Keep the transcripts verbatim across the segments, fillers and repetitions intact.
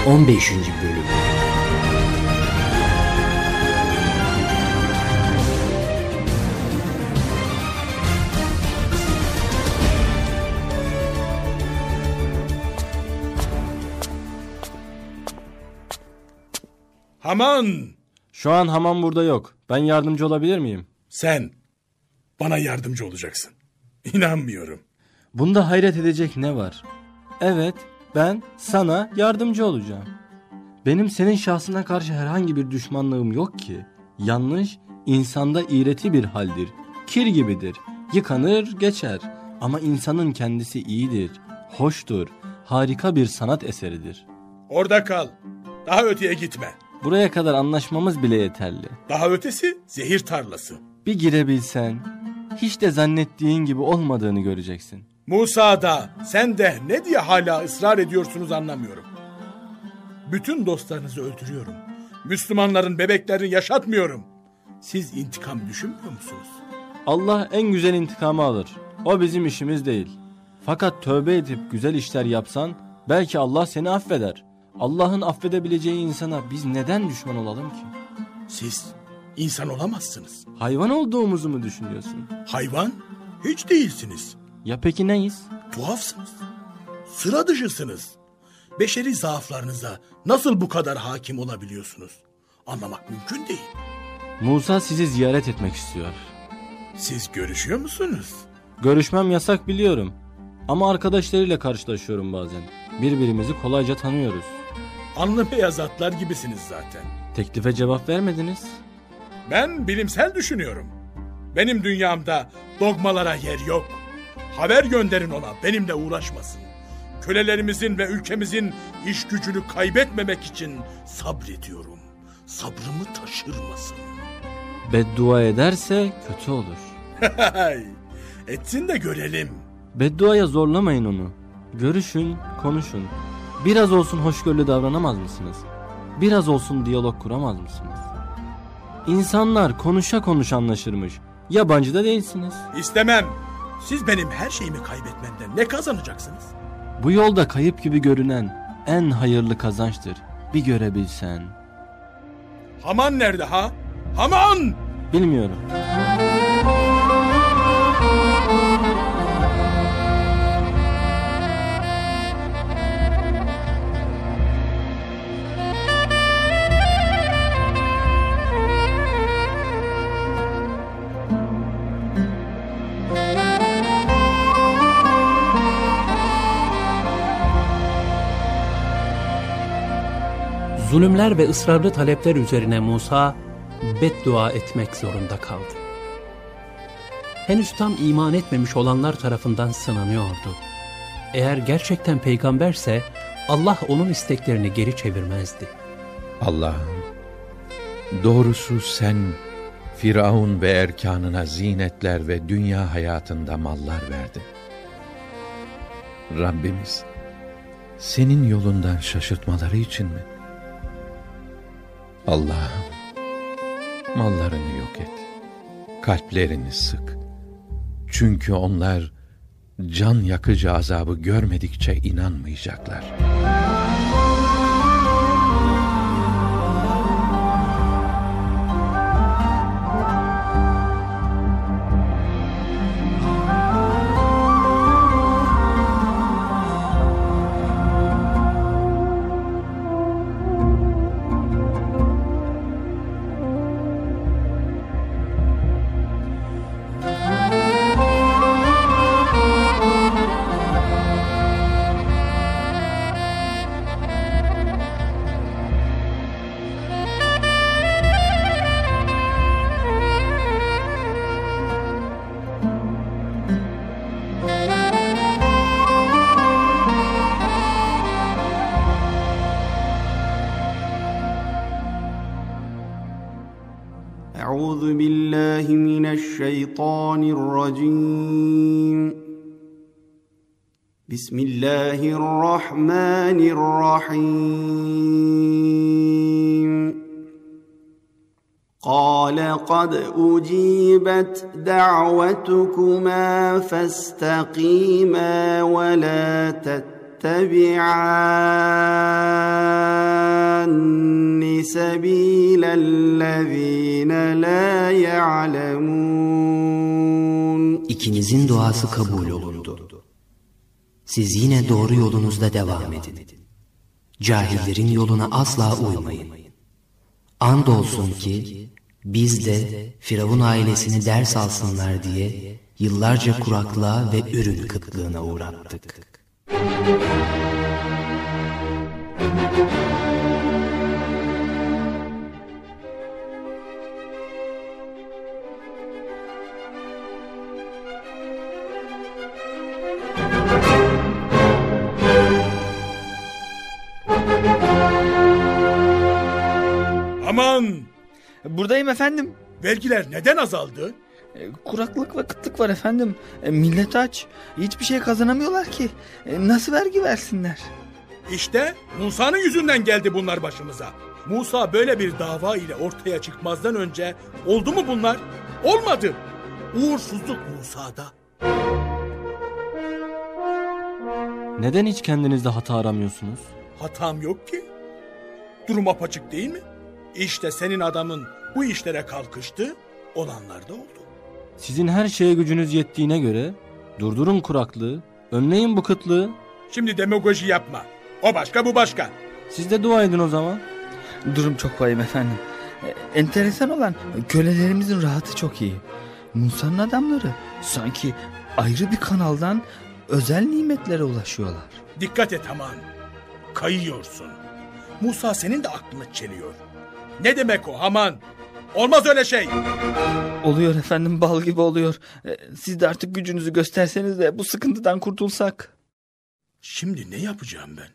on beşinci bölüm. Haman! Şu an Haman burada yok. Ben yardımcı olabilir miyim? Sen bana yardımcı olacaksın. İnanmıyorum. Bunda hayret edecek ne var? Evet, ben sana yardımcı olacağım. Benim senin şahsına karşı herhangi bir düşmanlığım yok ki. Yanlış, insanda iğreti bir haldir. Kir gibidir. Yıkanır, geçer. Ama insanın kendisi iyidir, hoştur, harika bir sanat eseridir. Orada kal. Daha öteye gitme. Buraya kadar anlaşmamız bile yeterli. Daha ötesi zehir tarlası. Bir girebilsen, hiç de zannettiğin gibi olmadığını göreceksin. Musa da, sen de ne diye hala ısrar ediyorsunuz anlamıyorum. Bütün dostlarınızı öldürüyorum. Müslümanların bebeklerini yaşatmıyorum. Siz intikam düşünmüyor musunuz? Allah en güzel intikamı alır. O bizim işimiz değil. Fakat tövbe edip güzel işler yapsan, belki Allah seni affeder. Allah'ın affedebileceği insana biz neden düşman olalım ki? Siz insan olamazsınız. Hayvan olduğumuzu mu düşünüyorsun? Hayvan? Hiç değilsiniz. Ya peki neyiz? Tuhafsınız. Sıra dışısınız. Beşeri zaaflarınıza nasıl bu kadar hakim olabiliyorsunuz? Anlamak mümkün değil. Musa sizi ziyaret etmek istiyor. Siz görüşüyor musunuz? Görüşmem yasak biliyorum. Ama arkadaşlarıyla karşılaşıyorum bazen. Birbirimizi kolayca tanıyoruz. Anlı beyaz atlar gibisiniz zaten. Teklife cevap vermediniz. Ben bilimsel düşünüyorum. Benim dünyamda dogmalara yer yok. Haber gönderin ona, benimle uğraşmasın. Kölelerimizin ve ülkemizin iş gücünü kaybetmemek için sabrediyorum. Sabrımı taşırmasın. Beddua ederse kötü olur. Etsin de görelim. Bedduaya zorlamayın onu. Görüşün, konuşun. Biraz olsun hoşgörülü davranamaz mısınız? Biraz olsun diyalog kuramaz mısınız? İnsanlar konuşa konuş anlaşırmış. Yabancı da değilsiniz. İstemem. Siz benim her şeyimi kaybetmemden ne kazanacaksınız? Bu yolda kayıp gibi görünen en hayırlı kazançtır. Bir görebilsen. Haman nerede ha? Haman! Bilmiyorum. Zulümler ve ısrarlı talepler üzerine Musa beddua etmek zorunda kaldı. Henüz tam iman etmemiş olanlar tarafından sınanıyordu. Eğer gerçekten peygamberse Allah onun isteklerini geri çevirmezdi. Allah'ım, doğrusu sen Firavun ve erkanına zinetler ve dünya hayatında mallar verdin. Rabbimiz, senin yolundan şaşırtmaları için mi? Allah'ım, mallarını yok et, kalplerini sık. Çünkü onlar can yakıcı azabı görmedikçe inanmayacaklar. أعوذ بالله من الشيطان الرجيم بسم الله الرحمن الرحيم قال قد أجيبت دعوتكما فاستقيما ولا تتبعان سبيل الذين لا يعلمون. İkinizin duası kabul olundu. Siz yine doğru yolunuzda devam edin. Cahillerin yoluna asla uymayın. Andolsun ki biz de Firavun ailesini ders alsınlar diye yıllarca kuraklığa ve ürün kıtlığına uğrattık. Aman! Buradayım efendim. Vergiler neden azaldı? E, kuraklık ve kıtlık var efendim. E, millet aç. Hiçbir şey kazanamıyorlar ki. E, nasıl vergi versinler? İşte Musa'nın yüzünden geldi bunlar başımıza. Musa böyle bir dava ile ortaya çıkmazdan önce oldu mu bunlar? Olmadı. Uğursuzluk Musa'da. Neden hiç kendinizde hata aramıyorsunuz? Hatam yok ki. Durum apaçık değil mi? İşte senin adamın bu işlere kalkıştı, olanlar da oldu. Sizin her şeye gücünüz yettiğine göre durdurun kuraklığı, önleyin bu kıtlığı. Şimdi demagoji yapma. O başka, bu başka. Siz de dua edin o zaman. Durum çok vahim efendim. E, enteresan olan kölelerimizin rahatı çok iyi. Musa'nın adamları sanki ayrı bir kanaldan özel nimetlere ulaşıyorlar. Dikkat et aman. Kayıyorsun. Musa senin de aklını çeliyor. Ne demek o aman? Olmaz öyle şey. Oluyor efendim, bal gibi oluyor. E, siz de artık gücünüzü gösterseniz de bu sıkıntıdan kurtulsak. Şimdi ne yapacağım ben?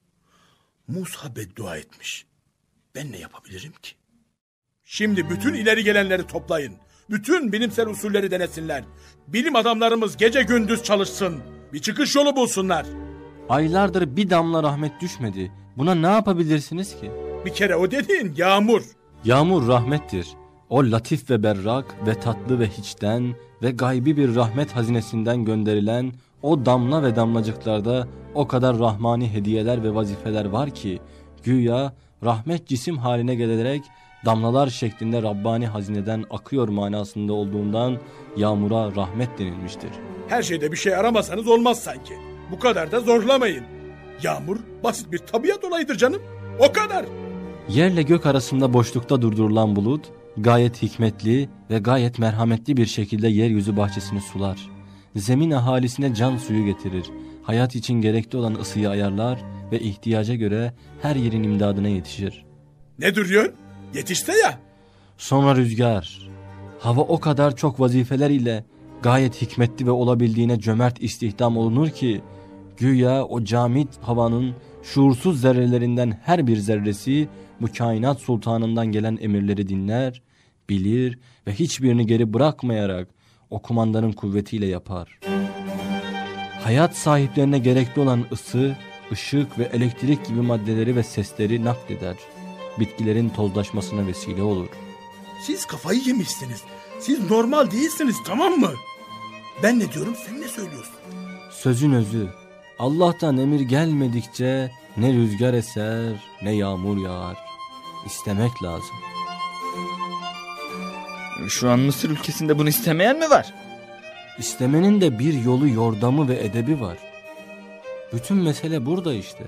Musa beddua etmiş. Ben ne yapabilirim ki? Şimdi bütün ileri gelenleri toplayın. Bütün bilimsel usulleri denesinler. Bilim adamlarımız gece gündüz çalışsın. Bir çıkış yolu bulsunlar. Aylardır bir damla rahmet düşmedi. Buna ne yapabilirsiniz ki? Bir kere o dediğin yağmur. Yağmur rahmettir. O latif ve berrak ve tatlı ve hiçten ve gaybi bir rahmet hazinesinden gönderilen o damla ve damlacıklarda o kadar rahmani hediyeler ve vazifeler var ki güya rahmet cisim haline gelerek damlalar şeklinde Rabbani hazineden akıyor manasında olduğundan yağmura rahmet denilmiştir. Her şeyde bir şey aramasanız olmaz sanki. Bu kadar da zorlamayın. Yağmur basit bir tabiat olayıdır canım. O kadar. Yerle gök arasında boşlukta durdurulan bulut gayet hikmetli ve gayet merhametli bir şekilde yeryüzü bahçesini sular. Zemin ahalisine can suyu getirir. Hayat için gerekli olan ısıyı ayarlar ve ihtiyaca göre her yerin imdadına yetişir. Ne duruyor? Yetişse ya. Sonra rüzgar. Hava o kadar çok vazifeler ile gayet hikmetli ve olabildiğine cömert istihdam olunur ki güya o camit havanın şuursuz zerrelerinden her bir zerresi bu kainat sultanından gelen emirleri dinler, bilir ve hiçbirini geri bırakmayarak o kumandanın kuvvetiyle yapar. Hayat sahiplerine gerekli olan ısı, ışık ve elektrik gibi maddeleri ve sesleri nakleder. Bitkilerin tozlaşmasına vesile olur. Siz kafayı yemişsiniz. Siz normal değilsiniz, tamam mı? Ben ne diyorum, sen ne söylüyorsun? Sözün özü, Allah'tan emir gelmedikçe ne rüzgar eser ne yağmur yağar. İstemek lazım. Şu an Mısır ülkesinde bunu istemeyen mi var? İstemenin de bir yolu, yordamı ve edebi var. Bütün mesele burada işte.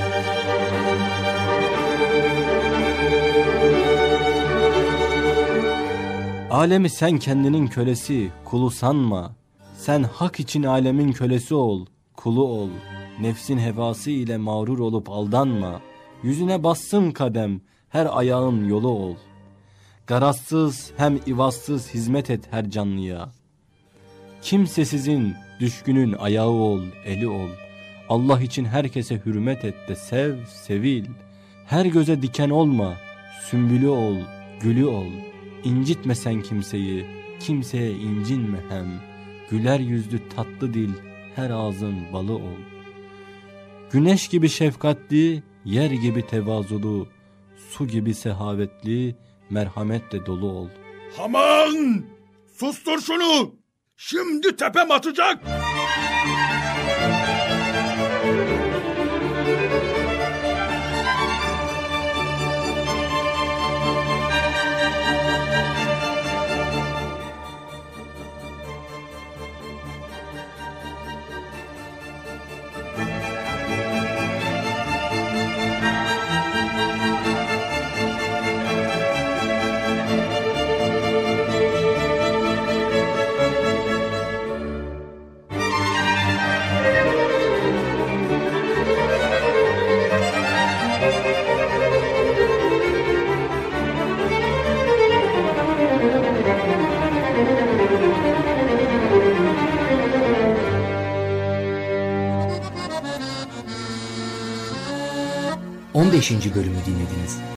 Alemi sen kendinin kölesi, kulu sanma. Sen hak için alemin kölesi ol, kulu ol. Nefsin hevası ile mağrur olup aldanma. Yüzüne bassın kadem, her ayağın yolu ol. Garazsız hem ivazsız hizmet et her canlıya. Kimsesizin, düşkünün ayağı ol, eli ol. Allah için herkese hürmet et de sev, sevil. Her göze diken olma, sümbülü ol, gülü ol. İncitme sen kimseyi, kimseye incinme hem. Güler yüzlü tatlı dil, her ağzın balı ol. Güneş gibi şefkatli, yer gibi tevazulu, su gibi sehavetli, merhametle dolu ol. Aman! Sustur şunu! Şimdi tepem atacak! on beşinci bölümü dinlediniz.